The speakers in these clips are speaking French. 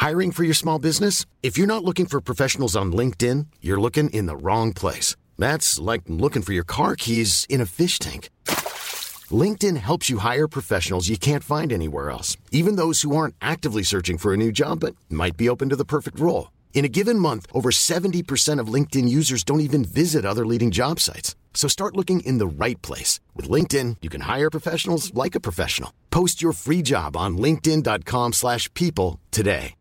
Hiring for your small business? If you're not looking for professionals on LinkedIn, you're looking in the wrong place. That's like looking for your car keys in a fish tank. LinkedIn helps you hire professionals you can't find anywhere else, even those who aren't actively searching for a new job but might be open to the perfect role. In a given month, over 70% of LinkedIn users don't even visit other leading job sites. So start looking in the right place. With LinkedIn, you can hire professionals like a professional. Post your free job on linkedin.com/people today.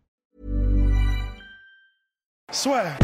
Soit.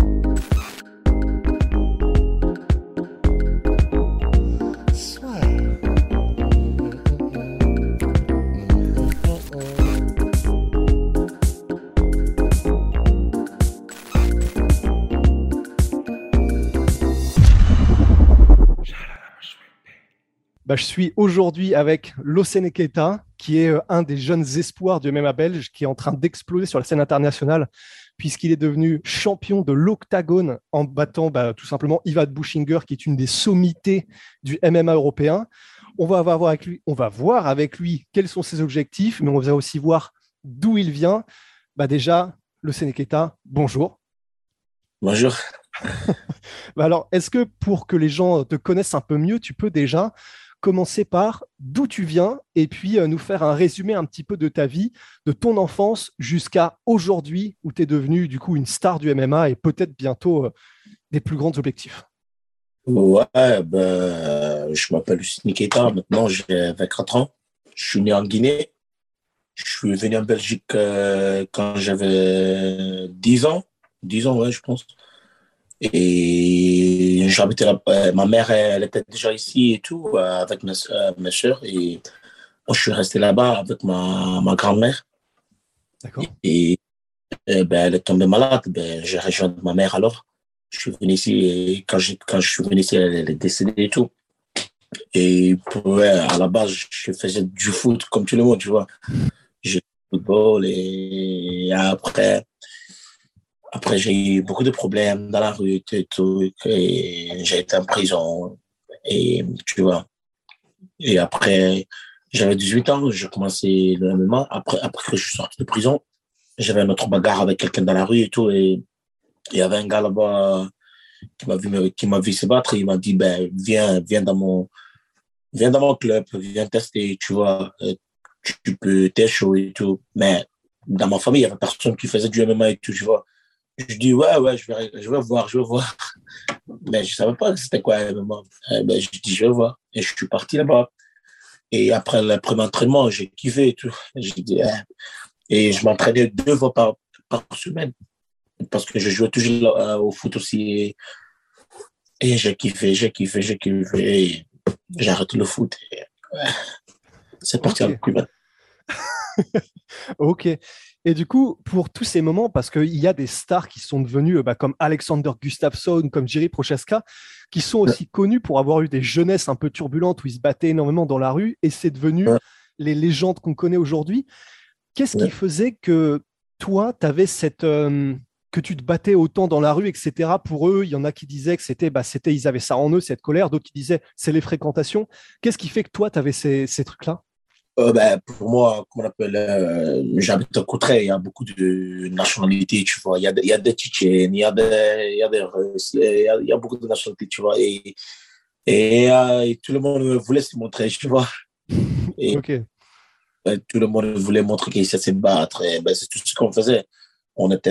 Je suis aujourd'hui avec Losene Keita, qui est un des jeunes espoirs du MMA belge, qui est en train d'exploser sur la scène internationale, puisqu'il est devenu champion de l'Octagone en battant tout simplement Ivan Buchinger, qui est une des sommités du MMA européen. On va voir avec lui quels sont ses objectifs, mais on va aussi voir d'où il vient. Déjà, Losene Keita, bonjour. Bonjour. Alors, est-ce que pour que les gens te connaissent un peu mieux, tu peux déjà commencer par d'où tu viens et puis nous faire un résumé un petit peu de ta vie, de ton enfance jusqu'à aujourd'hui où tu es devenu du coup une star du MMA et peut-être bientôt des plus grands objectifs. Ouais, je m'appelle Losene Keita, maintenant j'ai 24 ans. Je suis né en Guinée. Je suis venu en Belgique quand j'avais 10 ans. 10 ans, ouais, je pense. Et j'habitais là, ma mère, elle était déjà ici et tout, avec mes soeurs. Et moi, je suis resté là-bas avec ma grand-mère. D'accord. Et elle est tombée malade. J'ai rejoint ma mère alors. Je suis venu ici et quand je suis venu ici, elle est décédée et tout. Et à la base, je faisais du foot comme tout le monde, tu vois. J'ai fait du football et après, j'ai eu beaucoup de problèmes dans la rue et tout, et j'ai été en prison, et tu vois. Et après, j'avais 18 ans, j'ai commencé le MMA. Après que je suis sorti de prison, j'avais une autre bagarre avec quelqu'un dans la rue et tout, et il y avait un gars là-bas qui m'a vu se battre, et il m'a dit, viens dans mon club, viens tester, tu vois, tu peux, t'es chaud et tout. Mais dans ma famille, il y avait personne qui faisait du MMA et tout, tu vois. Je dis, ouais, je vais voir. Mais je savais pas c'était quoi un MMA. Je dis, je vais voir. Et je suis parti là-bas. Et après le premier entraînement, j'ai kiffé et tout. Et je m'entraînais 2 fois par semaine. Parce que je jouais toujours au foot aussi. Et j'ai kiffé. Et j'ai arrêté le foot. Et, c'est parti Okay. avec lui. Ok. Et du coup, pour tous ces moments, parce qu'il y a des stars qui sont devenues comme Alexander Gustafsson, comme Jiří Procházka, qui sont aussi connus pour avoir eu des jeunesses un peu turbulentes où ils se battaient énormément dans la rue, et c'est devenu les légendes qu'on connaît aujourd'hui. Qu'est-ce qui faisait que toi, tu avais que tu te battais autant dans la rue, etc. Pour eux, il y en a qui disaient que ils avaient ça en eux, cette colère, d'autres qui disaient c'est les fréquentations. Qu'est-ce qui fait que toi, tu avais ces trucs-là? Pour moi, comment on appelle, j'habite à Courtrai, il y a beaucoup de nationalités, tu vois. Il y a des Tchétchènes, il y a beaucoup de nationalités, tu vois. Et tout le monde voulait se montrer, tu vois. Et Ok. tout le monde voulait montrer qu'il sait se battre. Et, c'est tout ce qu'on faisait. On était,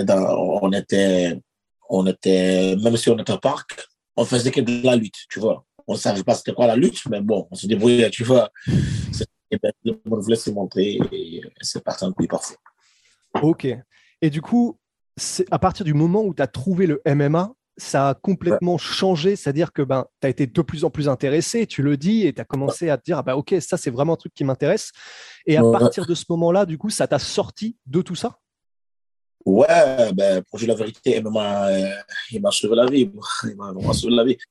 même si on était au parc, on faisait que de la lutte, tu vois. On ne savait pas c'était quoi la lutte, mais bon, on se débrouillait, tu vois. Et tout le monde voulait se montrer et c'est parti en couille parfois. Ok. Et du coup, à partir du moment où tu as trouvé le MMA, ça a complètement changé, c'est-à-dire que tu as été de plus en plus intéressé, tu le dis, et tu as commencé à te dire, ok, ça c'est vraiment un truc qui m'intéresse. Et à partir de ce moment-là, du coup, ça t'a sorti de tout ça? Ouais, pour dire la vérité, il m'a sauvé la vie. Il m'a vraiment sauvé la vie.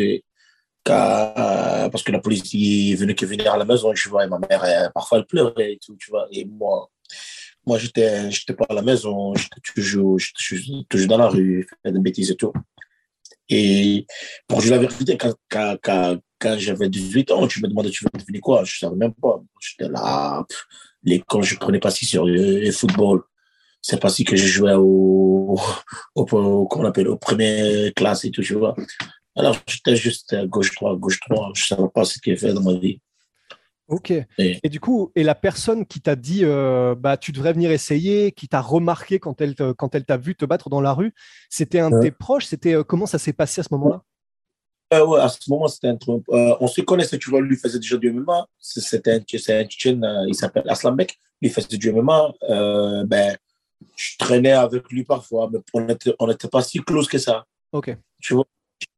Parce que la police est venue à la maison, tu vois, et ma mère, parfois, elle pleurait et tout, tu vois. Et moi j'étais pas à la maison, j'étais toujours dans la rue, faire des bêtises et tout. Et pour dire la vérité, quand j'avais 18 ans, tu me demandais, tu veux devenir quoi? Je savais même pas. J'étais là, l'école, je prenais pas si sérieux, le football. c'est pas si que je jouais comment on appelle, aux premières classes et tout, tu vois. Alors, j'étais juste gauche, droit. Je savais pas ce qu'il fait dans ma vie. Ok. Et, Et du coup, et la personne qui t'a dit, bah, tu devrais venir essayer, qui t'a remarqué quand elle t'a vu te battre dans la rue, c'était un de tes proches? C'était comment ça s'est passé à ce moment-là? ouais, à ce moment, c'était un truc. On se connaissait, tu vois, lui faisait déjà du MMA. C'est un Tchétchène, il s'appelle Aslambek. Lui faisait du MMA. Ben, je traînais avec lui parfois, mais on n'était pas si close que ça. Ok. Tu vois,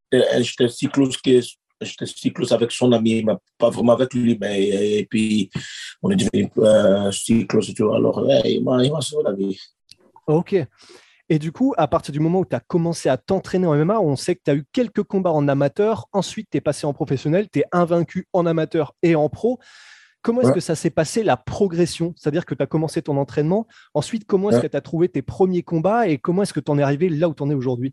j'étais si close avec son ami, mais pas vraiment avec lui. Mais, et puis, on est devenu si close, tu vois. Alors, ouais, il m'a sauvé la vie. Ok. Et du coup, à partir du moment où tu as commencé à t'entraîner en MMA, on sait que tu as eu quelques combats en amateur, ensuite tu es passé en professionnel, tu es invaincu en amateur et en pro. Comment est-ce Ouais, que ça s'est passé la progression? C'est-à-dire que tu as commencé ton entraînement, ensuite comment est-ce ouais. que tu as trouvé tes premiers combats et comment est-ce que tu en es arrivé là où tu en es aujourd'hui?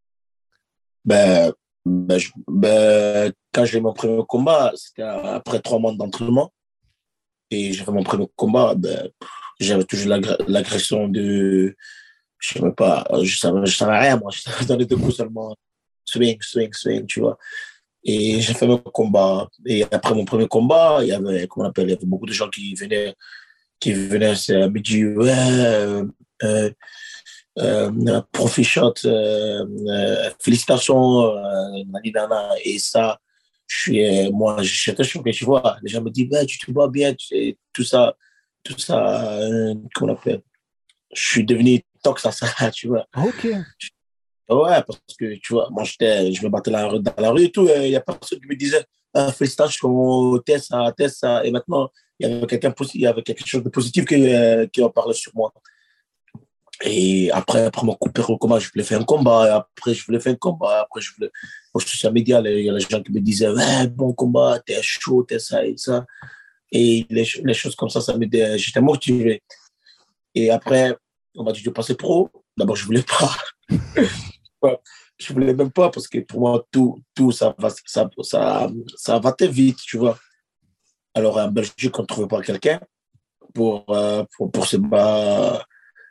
Quand j'ai eu mon premier combat, c'était après 3 mois d'entraînement. Et j'ai fait mon premier combat, j'avais toujours l'agression de, je sais même pas, je savais rien, moi. Je savais donner 2 coups seulement. Swing, tu vois. Et j'ai fait mon combat. Et après mon premier combat, comment on appelle, il y avait beaucoup de gens qui venaient me dire, ouais, euh, Profi Shot, félicitations, nani, nana. Et ça, moi, j'étais choqué, tu vois. Les gens me disent, ouais, tu te vois bien, tout ça, comment on appelle. Je suis devenu tox à ça, tu vois. Ok, Ouais, parce que, tu vois, moi, je me battais dans la rue et tout, il n'y a personne qui me disait, ah, félicitations, t'es ça. Et maintenant, il y avait quelque chose de positif qui en parlait sur moi. Et après mon combat, je voulais faire un combat. Et après, je voulais faire un combat. Après, je voulais. Moi, je suis sur les médias, il y a les gens qui me disaient, ouais, bon combat, t'es chaud, t'es ça et ça. Et les choses comme ça j'étais motivé. Et après, on m'a dit de passer pro. D'abord, je voulais pas. Ouais, je voulais même pas parce que pour moi, tout ça va très vite, tu vois. Alors, en Belgique, on ne trouvait pas quelqu'un pour se battre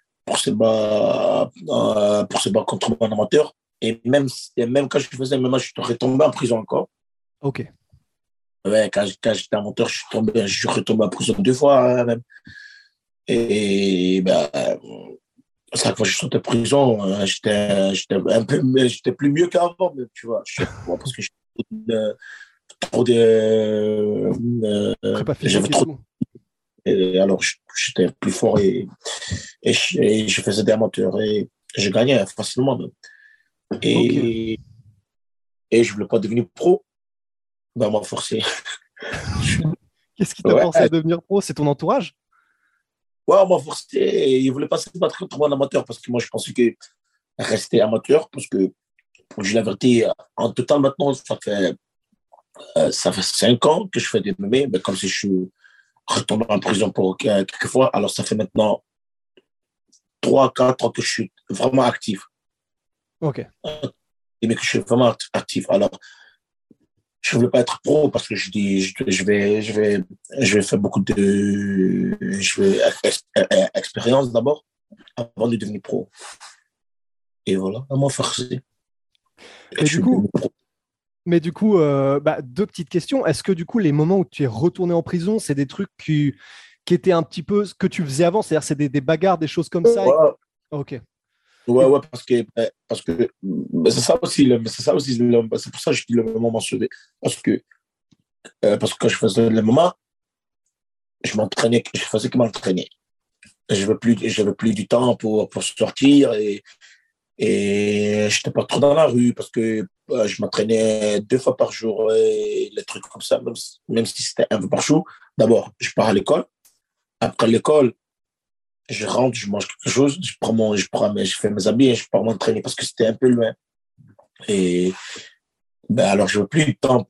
pour se battre contre un amateur. Et même quand je faisais MMA, je suis retombé en prison encore. ok, Ouais, quand j'étais amateur, je suis retombé en prison 2 fois, hein, même. Et chaque fois que je sortais de prison, j'étais plus mieux qu'avant, même, tu vois. Parce que trop de, prépa j'avais physique et trop. tout. Et alors, j'étais plus fort et je faisais des amateurs et je gagnais facilement, même. Ok. Et, et je voulais pas devenir pro. Ben, on m'a forcé. Qu'est-ce qui t'a Ouais, forcé à devenir pro? C'est ton entourage? ouais, on m'a forcé et ils voulaient pas se battre contre moi en amateur parce que moi, je pensais que rester amateur parce que, pour dire la vérité, en total, maintenant, ça fait 5 ans que je fais des MMA, mais comme si je suis retombé en prison pour quelques fois, alors ça fait maintenant 3, 4 ans que je suis vraiment actif. Ok. Et mais que je suis vraiment actif. Alors, je ne voulais pas être pro parce que je dis, je vais faire beaucoup je vais expérience d'abord avant de devenir pro. Et voilà, à m'en forcer. Et Mais je du suis coup, devenu pro. mais du coup, bah, deux petites questions. Est-ce que du coup, les moments où tu es retourné en prison, c'est des trucs qui étaient un petit peu ce que tu faisais avant? C'est-à-dire, c'est des bagarres, des choses comme ça? Ouais, Ok. ouais, Et- ouais, parce que c'est ça aussi, c'est pour ça que je dis le moment mentionné. Parce que quand je faisais le moment, je m'entraînais, je faisais que m'entraîner. Je n'avais plus du temps pour sortir et je n'étais pas trop dans la rue parce que je m'entraînais 2 fois par jour et les trucs comme ça, même si c'était un peu par jour. D'abord, je pars à l'école. Après l'école, je rentre, je mange quelque chose, je fais mes habits et je pars m'entraîner parce que c'était un peu loin. Et alors, je n'avais plus de temps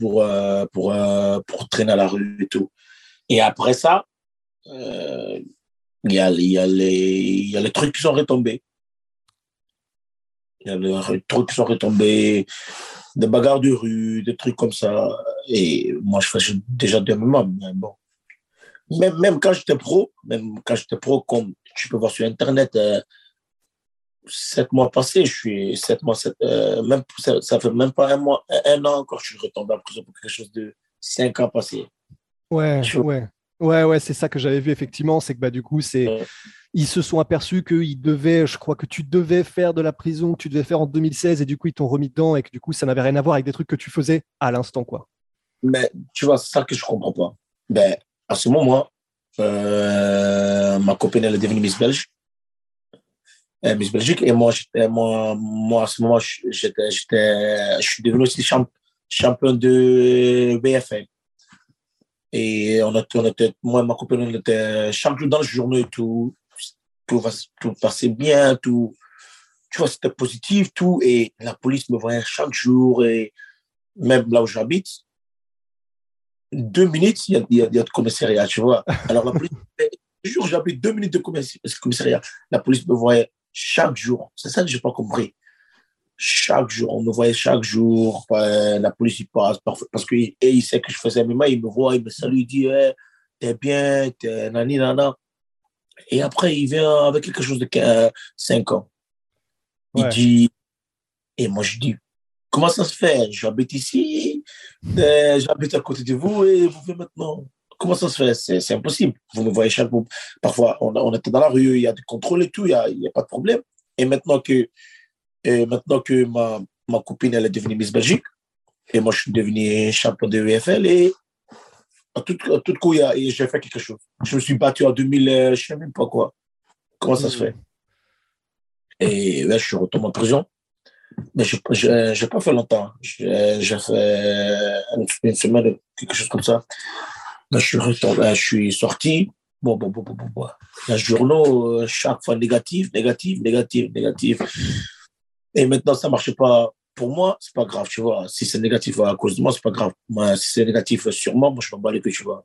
pour traîner à la rue et tout. Et après ça, euh, il y a les trucs qui sont retombés. Il y a les trucs qui sont retombés, des bagarres de rue, des trucs comme ça. Et moi, je faisais déjà des moments. Mais bon. Même quand j'étais pro, comme tu peux voir sur Internet. 7 mois passés, je suis 7 mois, même, ça fait même pas un an encore, je suis retombé en prison pour quelque chose de 5 ans passés. Ouais, Tu ouais. Ouais, ouais, c'est ça que j'avais vu effectivement, c'est que bah, du coup, vois. ils se sont aperçus qu'ils devaient, je crois que tu devais faire de la prison, que tu devais faire en 2016, et du coup, ils t'ont remis dedans, et que du coup, ça n'avait rien à voir avec des trucs que tu faisais à l'instant, quoi. Mais tu vois, c'est ça que je comprends pas. Ben, à ce moment, ma copine, elle est devenue Miss Belge, Miss Belgique, et moi, à ce moment, je suis devenu aussi champion de BFL. Et moi et ma copine, on était chaque jour dans le journée, tout passait bien, tout, tu vois, c'était positif, tout, et la police me voyait chaque jour, et même là où j'habite, 2 minutes, il y a de commissariat, tu vois. Alors la police, toujours j'habite 2 minutes de commissariat, la police me voyait chaque jour, c'est ça que j'ai pas compris. Chaque jour, on me voyait chaque jour, la police il passe, parce qu'il sait que je faisais MMA, il me voit, il me salue, il dit, hey, t'es bien, t'es nani, nana. Et après, il vient avec quelque chose de 5 ans. Il Ouais. dit, et moi je dis, comment ça se fait? J'habite ici, j'habite à côté de vous et vous venez maintenant. Comment ça se fait? C'est impossible. Vous me voyez chaque jour. Parfois, on était dans la rue, il y a des contrôles et tout, il y a pas de problème. Et maintenant que ma copine elle est devenue Miss Belgique, et moi je suis devenu champion de UFL, et à tout coup, j'ai fait quelque chose. Je me suis battu en 2000, je ne sais même pas quoi. Comment ça se Hmm. fait? Et ouais, je suis retombé en prison. Mais je n'ai pas fait longtemps. J'ai fait une semaine, quelque chose comme ça. Mais je suis sorti. Bon. Les journaux, chaque fois négatif, négatif, négatif, négatif. Et maintenant, ça ne marche pas. Pour moi, c'est pas grave, tu vois. Si c'est négatif à cause de moi, c'est pas grave. Moi, si c'est négatif sur moi je m'en bats les couilles, tu vois.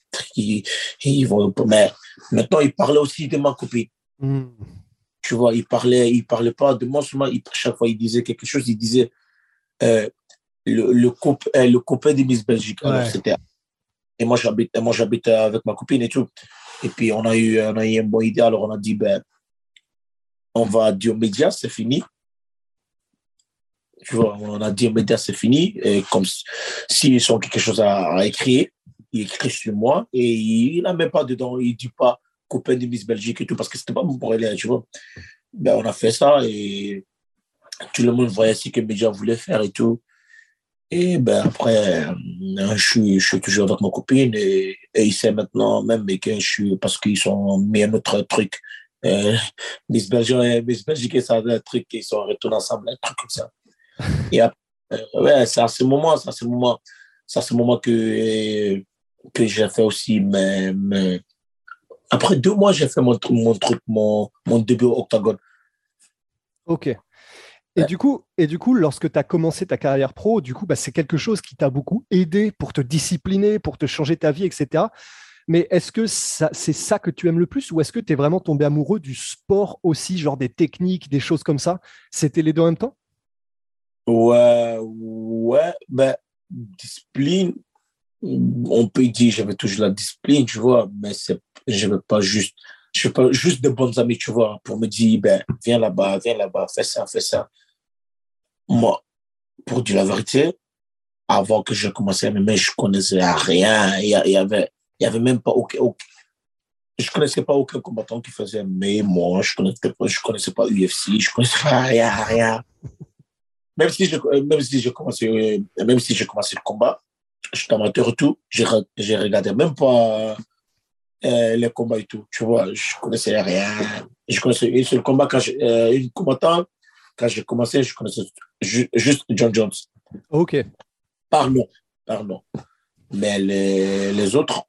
Ils vont, mais maintenant, ils parlaient aussi de ma copine. Hmm. Tu vois, il parlait pas de moi seulement. Chaque fois, il disait quelque chose, il disait euh, le copain de Miss Belgique. Alors, Ouais. c'était. Et moi, j'habite avec ma copine et tout. Et puis, on a eu une bonne idée. Alors, on a dit, ben, on va dire aux médias, c'est fini. Tu vois, on a dit aux médias, c'est fini. Et comme s'ils ont quelque chose à écrire, il écrit sur moi et il n'a même pas dedans. Il ne dit pas copain de Miss Belgique et tout parce que c'était pas bon pour elle, tu vois. Ben, on a fait ça et tout le monde voyait ce que les médias voulaient faire et tout. Et ben après, je suis toujours avec ma copine et il sait maintenant même que je suis, parce qu'ils ont mis un autre truc. Euh, Miss Belgique et ça, un truc, ils sont retournés ensemble, un truc comme ça. Et après, ouais, c'est à ce moment que j'ai fait aussi. Mais après 2 mois, j'ai fait mon début au octogone. Ok. Ouais. Et du coup, lorsque tu as commencé ta carrière pro, du coup, bah, c'est quelque chose qui t'a beaucoup aidé pour te discipliner, pour te changer ta vie, etc. Mais est-ce que c'est ça que tu aimes le plus ou est-ce que tu es vraiment tombé amoureux du sport aussi, genre des techniques, des choses comme ça? C'était les deux en même temps? Ouais, ouais, ben, discipline, on peut dire, j'avais toujours la discipline, tu vois, mais je veux pas juste de bons amis, tu vois, pour me dire, ben, viens là-bas, fais ça. Moi, pour dire la vérité, avant que je commençais à MMA, je connaissais rien. Il y avait même pas je connaissais pas aucun combattant qui faisait MMA. Moi, je connaissais pas UFC, je connaissais pas rien, rien. Même si j'ai commencé le combat, je suis amateur et tout, j'ai regardé même pas les combats et tout. Tu vois, je connaissais rien. Je connaissais une seule combat une combattant, quand j'ai commencé, je connaissais juste John Jones. Ok. Pardon, pardon. Mais les autres,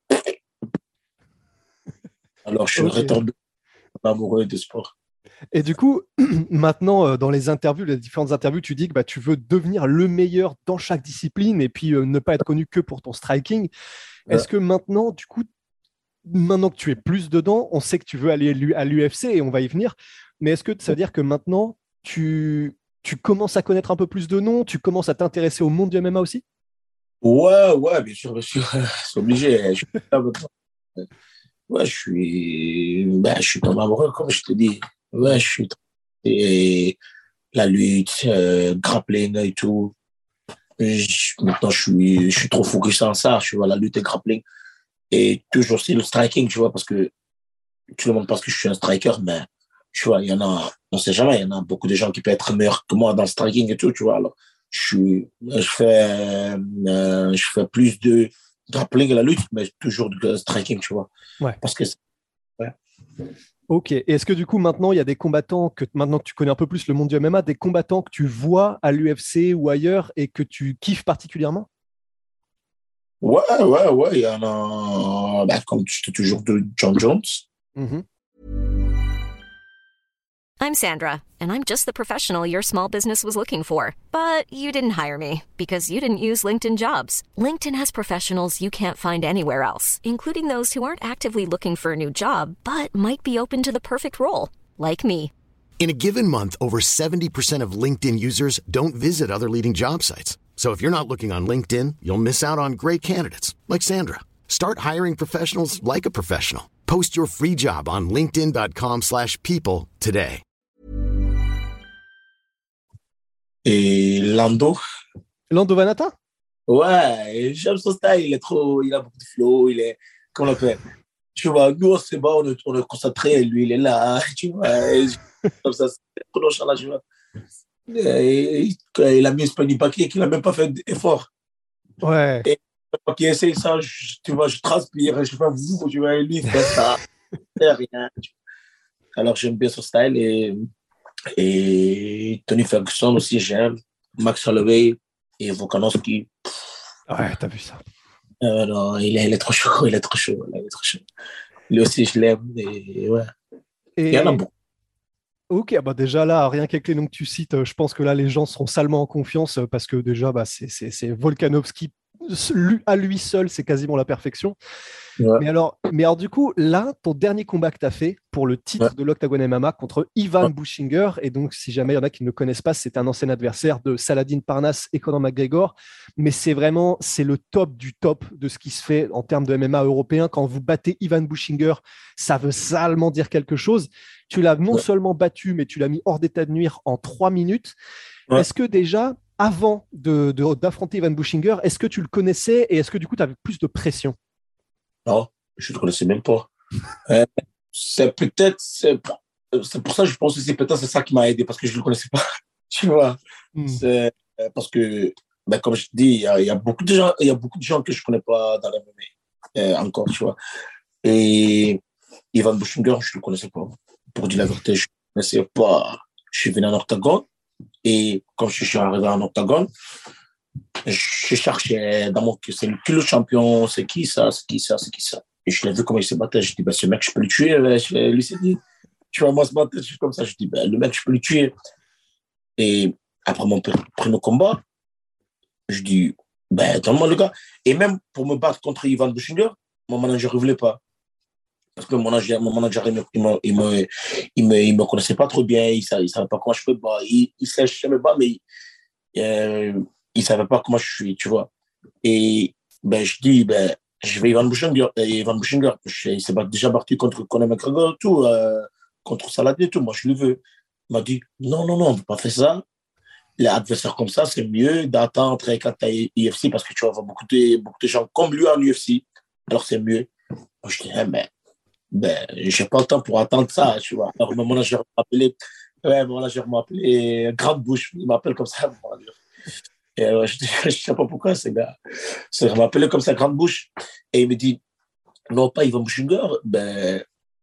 alors je suis Ok. retombé amoureux du sport. Et du coup, maintenant, dans les interviews, les différentes interviews, tu dis que bah, tu veux devenir le meilleur dans chaque discipline et puis ne pas être connu que pour ton striking. Euh, Est-ce que maintenant, du coup, maintenant que tu es plus dedans, on sait que tu veux aller à l'UFC et on va y venir, mais est-ce que ça veut dire que maintenant, tu commences à connaître un peu plus de noms, tu commences à t'intéresser au monde du MMA aussi? ouais, ouais, bien sûr, c'est obligé. Je suis là maintenant. Ouais, je suis tombé amoureux, comme je te dis. Ouais, et la lutte, grappling et tout. Maintenant, je suis trop focus sur ça, tu vois, la lutte et grappling. Et toujours aussi le striking, tu vois, parce que tout le monde pense que je suis un striker, mais tu vois, il y en a, on sait jamais, il y en a beaucoup de gens qui peuvent être meilleurs que moi dans le striking et tout, tu vois. Alors, je fais plus de grappling et la lutte, mais toujours de striking, tu vois. Ouais. Parce que, ouais. Ok. Et est-ce que du coup, maintenant, il y a des combattants maintenant que tu connais un peu plus le monde du MMA, des combattants que tu vois à l'UFC ou ailleurs et que tu kiffes particulièrement? Ouais, il y en a, bah, comme je te toujours de John Jones. Mhm. I'm Sandra, and I'm just the professional your small business was looking for. But you didn't hire me because you didn't use LinkedIn Jobs. LinkedIn has professionals you can't find anywhere else, including those who aren't actively looking for a new job, but might be open to the perfect role, like me. In a given month, over 70% of LinkedIn users don't visit other leading job sites. So if you're not looking on LinkedIn, you'll miss out on great candidates like Sandra. Start hiring professionals like a professional. Post your free job on linkedin.com/people today. Et Lando, Lando Vanata? ouais, j'aime son style, il a beaucoup de flow, comment on l'appelle? Tu vois, nous, on se bat, on est concentré, lui, il est là, tu vois, comme ça, c'est trop nonchalant, tu vois. Il a mis ce paquet qu'il n'a même pas fait d'effort. Ouais. Et quand il essaye ça, tu vois, je transpire, je fais vous, tu vois, et lui, il fait ça, il fait rien. Alors, j'aime bien son style et Tony Ferguson aussi, j'aime. Max Holloway et Volkanovski. Ouais, t'as vu ça. Non, il est trop chaud, il est trop chaud, il est trop chaud. Lui aussi, je l'aime, et ouais. Il y en a Et beaucoup. ok, bah déjà là, rien qu'avec les noms que tu cites, je pense que là, les gens seront salement en confiance parce que déjà, bah, c'est Volkanovski. À lui seul, c'est quasiment la perfection. Ouais, Mais alors, du coup, là, ton dernier combat que tu as fait pour le ouais, titre de l'Octagon MMA contre Ivan ouais, Bushinger, et donc, si jamais il y en a qui ne le connaissent pas, c'est un ancien adversaire de Saladin Parnasse et Conor McGregor, mais c'est le top du top de ce qui se fait en termes de MMA européen. Quand vous battez Ivan Bushinger, ça veut salement dire quelque chose. Tu l'as non ouais, seulement battu, mais tu l'as mis hors d'état de nuire en 3 minutes. ouais. Est-ce que déjà, avant d'affronter Ivan Bushinger, est-ce que tu le connaissais et est-ce que du coup, tu avais plus de pression? Non, je ne le connaissais même pas. Euh, c'est peut-être, c'est pour ça que je pense que c'est ça qui m'a aidé parce que je ne le connaissais pas. Tu vois, Hmm. c'est parce que, ben, comme je te dis, il y a beaucoup de gens, il y a beaucoup de gens que je ne connais pas dans la MMA encore, tu vois. Et Ivan Bushinger, je ne le connaissais pas. Pour dire la vérité, je ne connaissais pas. Je suis venu en octogone et quand je suis arrivé en octogone, je cherchais dans mon cul, c'est le champion, c'est qui ça, c'est qui ça, c'est qui ça. Et je l'ai vu comment il se battait. Je dis, bah, ce mec, je peux le tuer. Lui, c'est dit, tu vois, moi, se battre, je suis comme ça. Je dis, bah, le mec, je peux le tuer. Et après mon premier combat, je dis, ben, donne-moi le gars. Et même pour me battre contre Ivan Bushinger, mon manager ne voulait pas. Parce que mon manager il me connaissait pas trop bien. Il savait pas comment je peux battre. Il sait, je sais pas, mais il savait pas comment je suis, tu vois. Et ben, je dis, ben, je vais Ivan Bushinger. Il s'est déjà battu contre Conor McGregor, tout, contre Saladin et tout. Moi, je le veux. Il m'a dit, non, non, non, on ne peut pas faire ça. Les adversaires comme ça, c'est mieux d'attendre quand tu as UFC parce que tu vas avoir beaucoup de gens comme lui en UFC. Alors, c'est mieux. Moi, je dis, ben, j'ai pas le temps pour attendre ça, tu vois. Alors, mon manager m'a appelé Grande Bouche. Il m'appelle comme ça, mon manager. Et je sais pas pourquoi, ces gars. Il m'a appelé comme ça, Grande Bouche. Et il me dit, non, pas Ivan Bushinger, ben,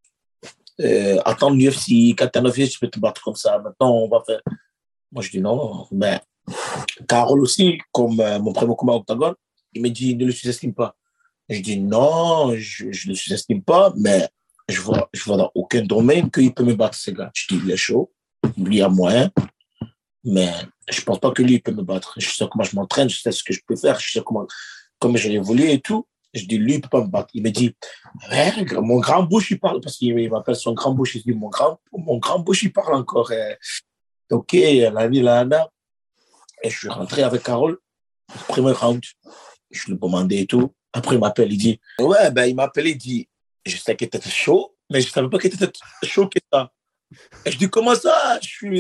attends l'UFC, quand t'es en UFC, tu peux te battre comme ça. Maintenant, on va faire. Moi, je dis non, ben, Carole aussi, comme mon premier combat octogone, il me dit, ne le sous-estime pas. Je dis non, je ne le sous-estime pas, mais je vois dans aucun domaine qu'il peut me battre, ce gars. Je dis, il est chaud, lui a moyen, mais je ne pense pas que lui peut me battre. Je sais comment je m'entraîne, je sais ce que je peux faire, je sais comment je évolué et tout. Je dis, lui, il ne peut pas me battre. Il me dit, ouais, mon grand bouche, il parle, parce qu'il m'appelle son grand bouche. Il dit, mon grand bouche, il parle encore. Ok, la vie, là. Et je suis rentré avec Carole, premier round. Je lui ai demandé et tout. Après, il m'appelle, il dit, ouais, ben, il m'appelle, il dit, Je sais qu'il était chaud, mais je ne savais pas qu'il était chaud que ça. Et je dis, comment ça?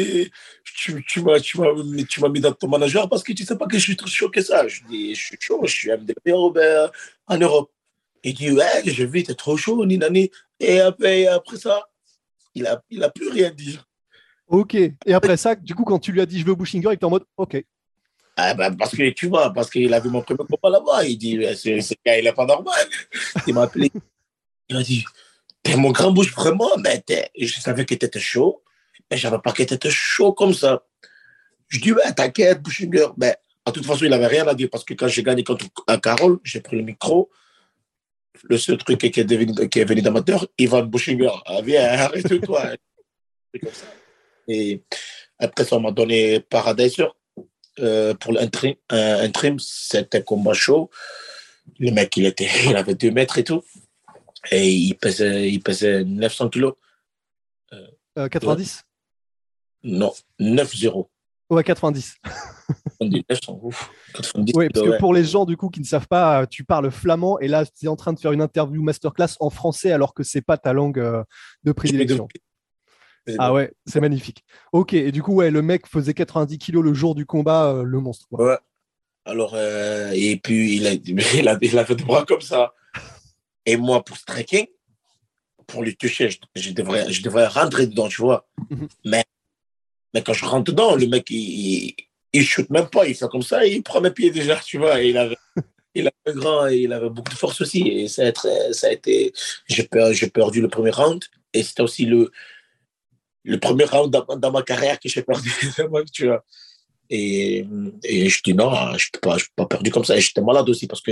Tu m'as mis dans ton manager parce que tu ne sais pas que je suis trop chaud que ça. Je dis, je suis chaud, je suis un des meilleurs en Europe. Il dit, ouais, je vis, t'es trop chaud, ni nani. Et après ça, il a plus rien dit. Ok. Et après ça, du coup, quand tu lui as dit je veux Bushinger, il était en mode ok. Ah ben, parce que tu vois, parce qu'il a vu mon premier combat là-bas. Il dit, ce gars, il n'est pas normal. Il m'a appelé, il m'a dit, t'es mon grand bouche vraiment, mais je savais que t'étais chaud, mais je ne savais pas que t'étais chaud comme ça. Je dis, ouais, t'inquiète, Bushinger. Mais de toute façon, il n'avait rien à dire parce que quand j'ai gagné contre Carole, j'ai pris le micro. Le seul truc qui est venu d'amateur, Ivan Bushinger. Ah, viens, arrête-toi. Comme ça. Et après, ça, on m'a donné Paradiser pour l'interim. C'était un combat chaud. Le mec, il avait 2 mètres et tout. Et il pesait 900 kilos. 90? Non, 9-0. Ouais, 90. 900, ouf. 90 Oui, parce kilos, que pour les gens du coup qui ne savent pas, tu parles flamand et là tu es en train de faire une interview masterclass en français alors que c'est pas ta langue de prédilection. Ah ouais, c'est magnifique. Ok, et du coup, ouais, le mec faisait 90 kilos le jour du combat, le monstre, quoi. Ouais. Alors, et puis, il a fait des bras comme ça. Et moi, pour striking, pour lui toucher, je devrais rentrer dedans, tu vois. Mhm. Mais quand je rentre dedans, le mec, il shoot même pas. Il fait comme ça et il prend mes pieds déjà, tu vois. Et il avait grand et il avait beaucoup de force aussi. Et ça a été, j'ai perdu le premier round. Et c'était aussi le premier round dans ma carrière que j'ai perdu, tu vois. Et je dis non, je peux pas perdu comme ça. Et j'étais malade aussi parce que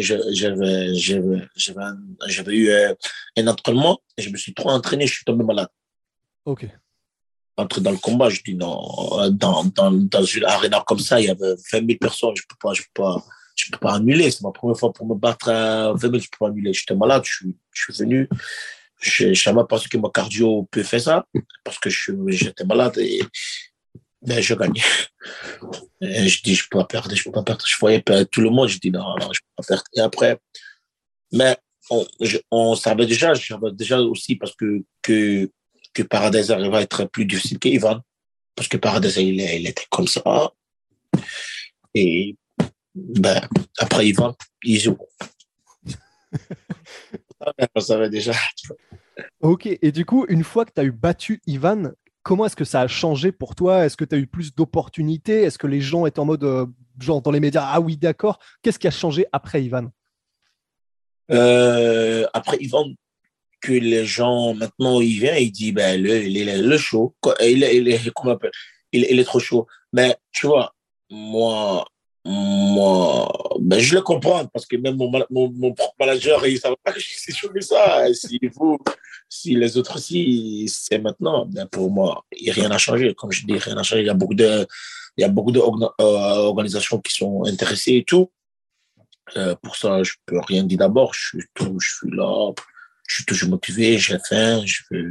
j'avais eu un entraînement et je me suis trop entraîné, je suis tombé malade. Ok. Entrer dans le combat, je dis non, dans une arena comme ça, il y avait 20 000 personnes, je peux pas annuler. C'est ma première fois pour me battre à 20 000, je peux pas annuler. J'étais malade, je suis venu. Je ne savais pas que mon cardio peut faire ça parce que j'étais malade et ben, je gagnais. Et je dis, je peux pas perdre, je peux pas perdre. Je voyais tout le monde, je dis, non, non, je peux pas perdre. Et après, mais on savait déjà, je savais déjà aussi parce que Paradise arrivait à être plus difficile qu'Ivan. Parce que Paradise, il était comme ça. Et, ben, après Ivan, il joue. On savait déjà. Ok, et du coup, une fois que tu as eu battu Ivan, comment est-ce que ça a changé pour toi? Est-ce que tu as eu plus d'opportunités? Est-ce que les gens étaient en mode, genre dans les médias, ah oui, d'accord. Qu'est-ce qui a changé après Ivan? Après Ivan, que les gens, maintenant, il vient et il dit, ben, il est le chaud. Comment on appelle? Il est trop chaud. Mais, tu vois, moi, ben, je le comprends parce que même mon propre manager, il ne savait pas que je suis chaud que ça. Si les autres aussi, c'est maintenant, ben, pour moi, il n'y a rien à changer. Comme je dis, rien à changer. Il y a beaucoup d'organisations qui sont intéressées et tout. Pour ça, je peux rien dire d'abord. Je suis là, je suis toujours motivé, j'ai faim.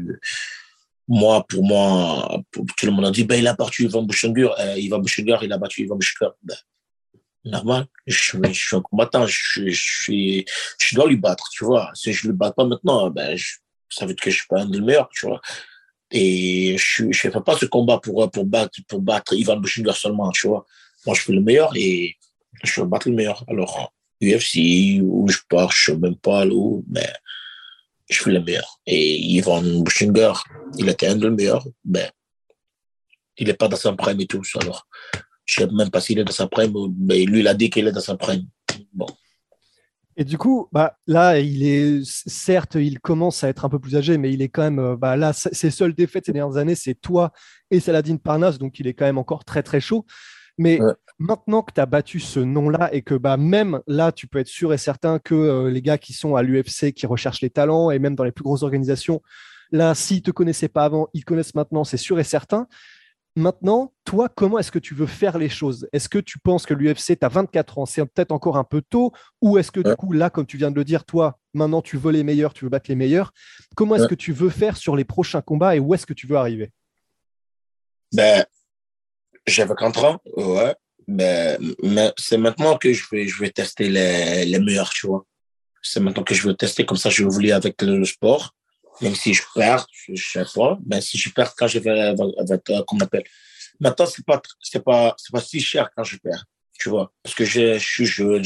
Pour moi, tout le monde a dit, ben, il a battu Ivan Bushinger. Ivan Bushinger, il a battu Ivan Bushinger. Ben, normal. Je suis un combattant. Je dois lui battre, tu vois. Si je ne le bats pas maintenant, ben, ça veut dire que je suis pas un des meilleurs, tu vois. Et je ne fais pas ce combat pour battre Ivan Bushinger seulement, tu vois. Moi, je suis le meilleur et je veux battre le meilleur. Alors, UFC, où je pars, je ne sais même pas où, mais je suis le meilleur. Et Ivan Bushinger, il était un des meilleurs, mais il n'est pas dans sa prime et tout. Alors, je ne sais même pas s'il est dans sa prime, mais lui, il a dit qu'il est dans sa prime. Bon. Et du coup, bah, là, certes, il commence à être un peu plus âgé, mais il est quand même, bah, là, ses seules défaites ces dernières années, c'est toi et Saladin Parnasse, donc il est quand même encore très, très chaud. Mais Ouais. maintenant que tu as battu ce nom-là et que bah, même là, tu peux être sûr et certain que les gars qui sont à l'UFC, qui recherchent les talents, et même dans les plus grosses organisations, là, s'ils ne te connaissaient pas avant, ils te connaissent maintenant, c'est sûr et certain. Maintenant, toi, comment est-ce que tu veux faire les choses? Est-ce que tu penses que l'UFC, tu as 24 ans, c'est peut-être encore un peu tôt? Ou est-ce que du Ouais. coup, là, comme tu viens de le dire, toi, maintenant, tu veux les meilleurs, tu veux battre les meilleurs? Comment est-ce Ouais. que tu veux faire sur les prochains combats et où est-ce que tu veux arriver? Ben, j'avais 4 ans, ouais. Mais c'est maintenant que je vais tester les meilleurs, tu vois. C'est maintenant que je veux tester. Comme ça, je veux évoluer avec le sport. Même si je perds, je sais pas. Mais si je perds quand je vais avec comment on appelle. Maintenant, c'est pas si cher quand je perds. Tu vois, parce que je suis jeune,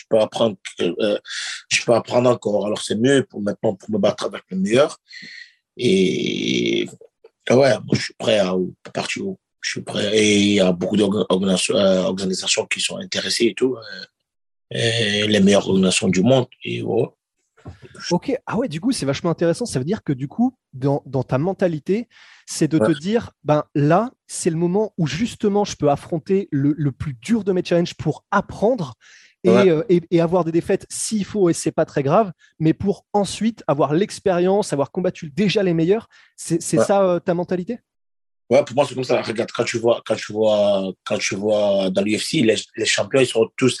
je peux apprendre encore. Alors, c'est mieux pour maintenant pour me battre avec le meilleur. Et ouais, moi, je suis prêt à partir où je suis prêt. Et il y a beaucoup d'organisations qui sont intéressées et tout. Et les meilleures organisations du monde. Et ouais. Ok, ah ouais, du coup, c'est vachement intéressant. Ça veut dire que du coup, dans ta mentalité, c'est de te dire, ben là, c'est le moment où justement je peux affronter le plus dur de mes challenges pour apprendre et avoir des défaites s'il faut, et c'est pas très grave, mais pour ensuite avoir l'expérience, avoir combattu déjà les meilleurs. C'est Ouais. ça ta mentalité? Ouais, pour moi, c'est comme ça. Regarde, quand tu vois dans l'UFC, les champions, ils sont tous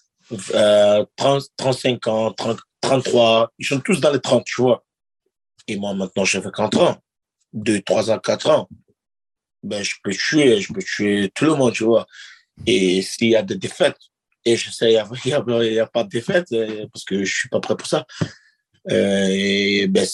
35 ans, 33, ils sont tous dans les 30, tu vois. Et moi, maintenant, j'ai 40 ans, 2, 3 ans, 4 ans. Ben, je peux tuer tout le monde, tu vois. Et s'il y a des défaites, et je sais, il y a pas de défaite, parce que je suis pas prêt pour ça. Et ben,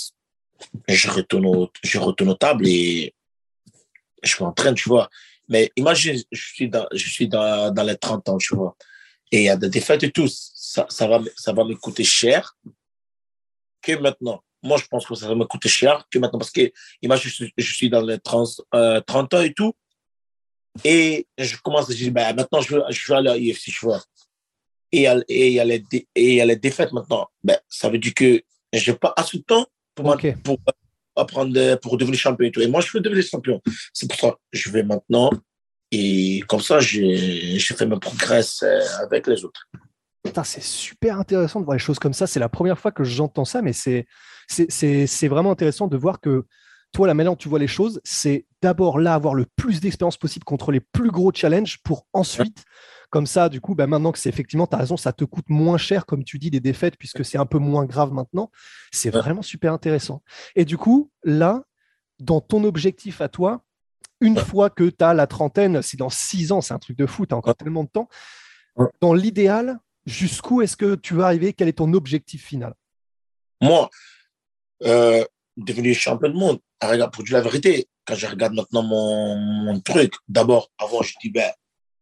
je retourne aux tables et je m'entraîne, tu vois. Mais imagine, je suis dans les 30 ans, tu vois. Et il y a des défaites et tout. Ça va me coûter cher que maintenant. Moi, je pense que ça va me coûter cher que maintenant. Parce que, imagine, je suis dans les 30 ans et tout. Et je commence à dire, ben, maintenant, je veux aller à l'UFC, tu vois. Il y a les défaites maintenant. Ben, ça veut dire que je n'ai pas assez de temps Ok. pour apprendre, pour devenir champion et tout. Et moi, je veux devenir champion. C'est pour ça que je vais maintenant. Et comme ça, je fais mes progrès avec les autres. Putain, c'est super intéressant de voir les choses comme ça. C'est la première fois que j'entends ça, mais c'est vraiment intéressant de voir que toi, la manière dont tu vois les choses, c'est d'abord là avoir le plus d'expérience possible contre les plus gros challenges pour ensuite, comme ça, du coup, bah, maintenant que c'est effectivement, tu as raison, ça te coûte moins cher, comme tu dis, des défaites, puisque c'est un peu moins grave maintenant. C'est vraiment super intéressant. Et du coup, là, dans ton objectif à toi, une fois que tu as la trentaine, c'est dans 6 ans, c'est un truc de fou, tu as encore tellement de temps. Dans l'idéal, jusqu'où est-ce que tu vas arriver? Quel est ton objectif final? Moi, devenu champion du monde, regarde, pour dire la vérité, quand je regarde maintenant mon truc, d'abord, avant, je dis, ben,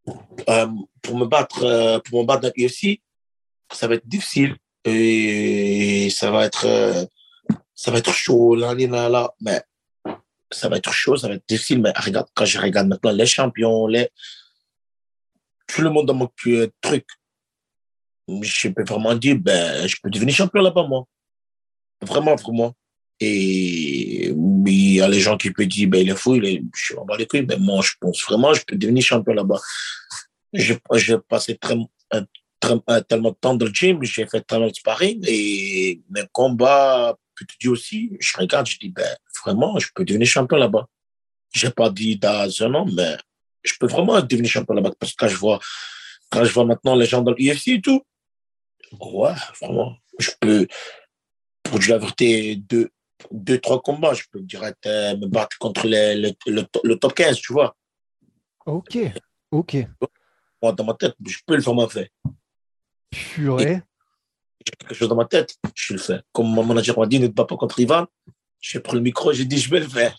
pour me battre dans l'UFC, ça va être difficile et ça va être chaud, là, là, là, mais ça va être chaud, ça va être difficile, mais regarde, quand je regarde maintenant les champions, tout le monde dans mon truc, je peux vraiment dire, ben, je peux devenir champion là-bas, moi. Vraiment, vraiment. Et il y a les gens qui peuvent dire, ben, il est fou, je suis en bas les couilles, mais moi, je pense vraiment, je peux devenir champion là-bas. J'ai passé tellement de temps dans le gym, j'ai fait tellement de sparring et mes combats, je te dis aussi, je regarde, je dis, ben, vraiment, je peux devenir champion là-bas. J'ai pas dit dans un an, mais je peux vraiment devenir champion là-bas parce que quand je vois maintenant les gens dans l'UFC et tout, ouais, vraiment, je peux, pour dire la vérité, deux, trois combats, je peux direct me battre contre le top 15, tu vois. Ok, ok. Moi, dans ma tête, je peux le vraiment faire. Et Purée. j'ai quelque chose dans ma tête, je le fais. Comme mon manager m'a dit, ne te bats pas contre Ivan, j'ai pris le micro, j'ai dit, je vais le faire.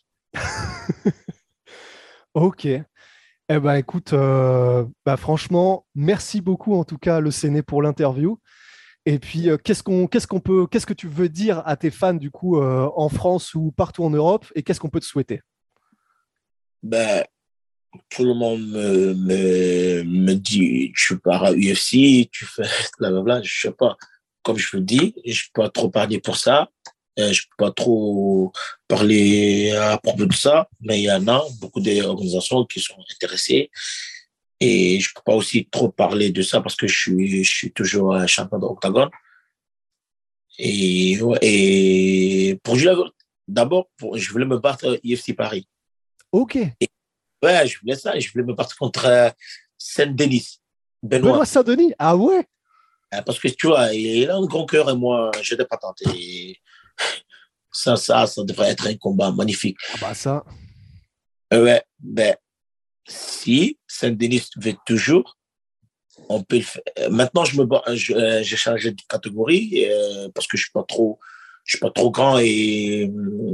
Ok. Eh ben, écoute, bah, franchement, merci beaucoup en tout cas, Le Séné, pour l'interview. Et puis, qu'est-ce que tu veux dire à tes fans du coup en France ou partout en Europe et qu'est-ce qu'on peut te souhaiter? Ben, tout le monde me dit, tu pars à UFC, tu fais blablabla, je sais pas. Comme je vous dis, je peux pas trop parler pour ça. Je peux pas trop parler à propos de ça, mais il y en a beaucoup d'organisations qui sont intéressées et je peux pas aussi trop parler de ça parce que je suis toujours un champion d'octagone. Et, ouais, et pour d'abord, je voulais me battre à UFC Paris. Ok. Et, ouais, je voulais ça. Je voulais me battre contre Saint-Denis, Benoît Benoît. Saint-Denis? Ah ouais? Parce que tu vois, il a un grand cœur et moi, je n'ai pas tenté. Et ça devrait être un combat magnifique. Ah bah ça. Ouais, ben, si Saint-Denis veut toujours, on peut le faire. Maintenant, j'ai changé de catégorie parce que je suis pas trop grand et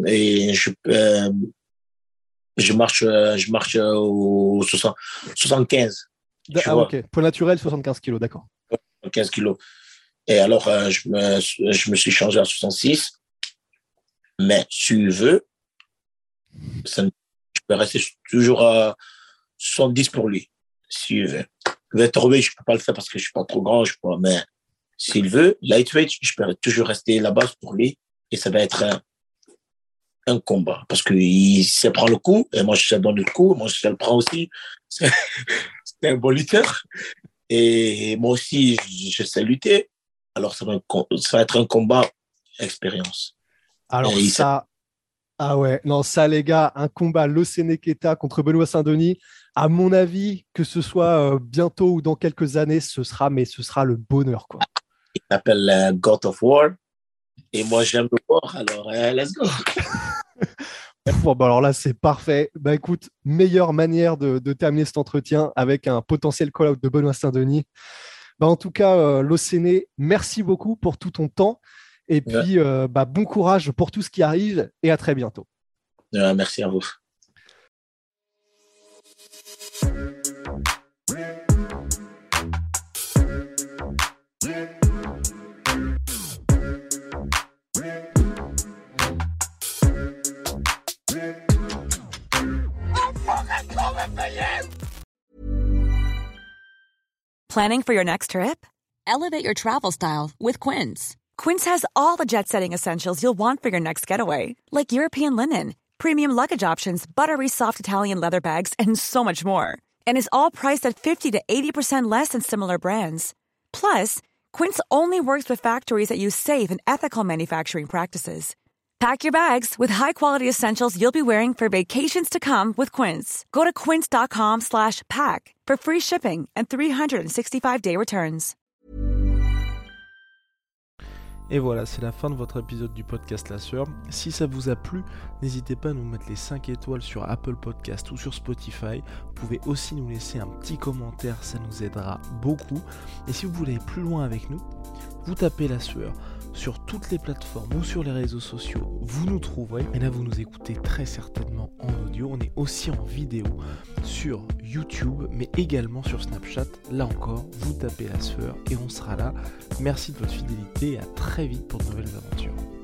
je marche au 75. Ah, ok. Poids naturel, 75 kilos, d'accord. 15 kilos. Et alors, je me suis changé à 66. Mais si tu veux, je peux rester toujours à 70 pour lui. Si tu veux. Welterweight, je peux pas le faire parce que je suis pas trop grand, mais s'il veut, lightweight, je peux toujours rester là-bas pour lui. Et ça va être un combat. Parce qu'il se prend le coup, et moi, je sais donner le coup, moi, je le prends aussi. C'est un bon lutteur. Et moi aussi, je sais lutter. Alors, ça va être un combat expérience. Alors ah ouais, non, ça, les gars, un combat Losene Keta contre Benoît Saint-Denis, à mon avis, que ce soit bientôt ou dans quelques années, ce sera le bonheur, quoi. Il s'appelle God of War. Et moi, j'aime le War, alors let's go. Bon, bah alors là, c'est parfait. Bah écoute, meilleure manière de terminer cet entretien avec un potentiel call-out de Benoît Saint-Denis. Bah, en tout cas, Losene, merci beaucoup pour tout ton temps. Et puis, bon courage pour tout ce qui arrive et à très bientôt. Merci à vous. Planning for your next trip? Elevate your travel style with Quince. Quince has all the jet-setting essentials you'll want for your next getaway, like European linen, premium luggage options, buttery soft Italian leather bags, and so much more. And is all priced at 50 to 80% less than similar brands. Plus, Quince only works with factories that use safe and ethical manufacturing practices. Pack your bags with high-quality essentials you'll be wearing for vacations to come with Quince. Go to quince.com/pack for free shipping and 365-day returns. Et voilà, c'est la fin de votre épisode du podcast La Sueur. Si ça vous a plu, n'hésitez pas à nous mettre les 5 étoiles sur Apple Podcast ou sur Spotify. Vous pouvez aussi nous laisser un petit commentaire, ça nous aidera beaucoup. Et si vous voulez aller plus loin avec nous, vous tapez La Sueur sur toutes les plateformes ou sur les réseaux sociaux, vous nous trouverez. Et là, vous nous écoutez très certainement en audio. On est aussi en vidéo sur YouTube, mais également sur Snapchat. Là encore, vous tapez La Sueur et on sera là. Merci de votre fidélité et à très vite pour de nouvelles aventures.